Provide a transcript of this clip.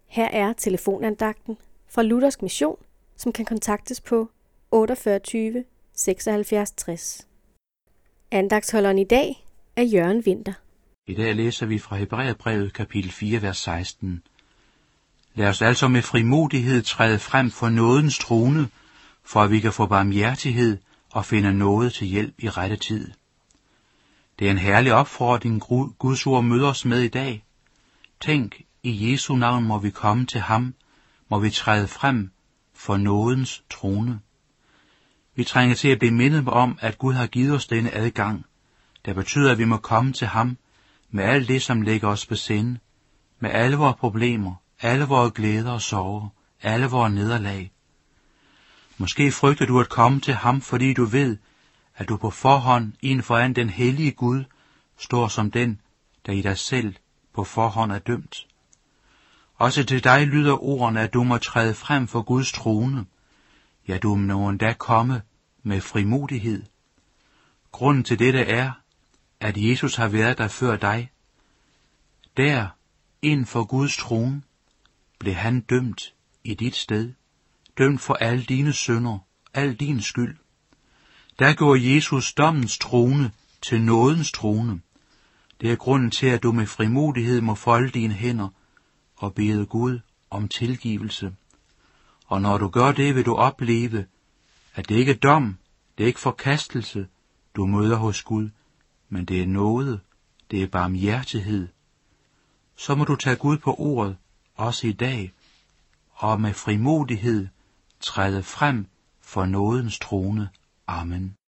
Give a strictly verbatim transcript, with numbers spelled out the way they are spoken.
Her er telefonandagten fra Luthersk Mission, som kan kontaktes på otteogfyrre tyve seksoghalvfjerds tres. Andagtsholderen i dag er Jørgen Winther. I dag læser vi fra Hebræerbrevet kapitel fire, vers seksten. Lad os altså med frimodighed træde frem for nådens trone, for at vi kan få barmhjertighed og finde nåde til hjælp i rette tid. Det er en herlig opfordring, Guds ord møder os med i dag. Tænk, i Jesu navn må vi komme til ham, må vi træde frem for nådens trone. Vi trænger til at blive mindet om, at Gud har givet os denne adgang, der betyder, at vi må komme til ham med alt det, som ligger os på sinde, med alle vores problemer, alle vores glæder og sorger, alle vores nederlag. Måske frygter du at komme til ham, fordi du ved, at du på forhånd inden foran den hellige Gud står som den, der i dig selv på forhånd er dømt. Også til dig lyder ordene, at du må træde frem for Guds trone. Ja, du må endda komme med frimodighed. Grunden til dette er, at Jesus har været der før dig. Der, inden for Guds trone, blev han dømt i dit sted, dømt for alle dine synder, al din skyld. Der gjorde Jesus dommens trone til nådens trone. Det er grunden til, at du med frimodighed må folde dine hænder og bede Gud om tilgivelse. Og når du gør det, vil du opleve, at det ikke er dom, det er ikke forkastelse, du møder hos Gud, men det er nåde, det er barmhjertighed. Så må du tage Gud på ordet, også i dag, og med frimodighed træde frem for nådens trone. Amen.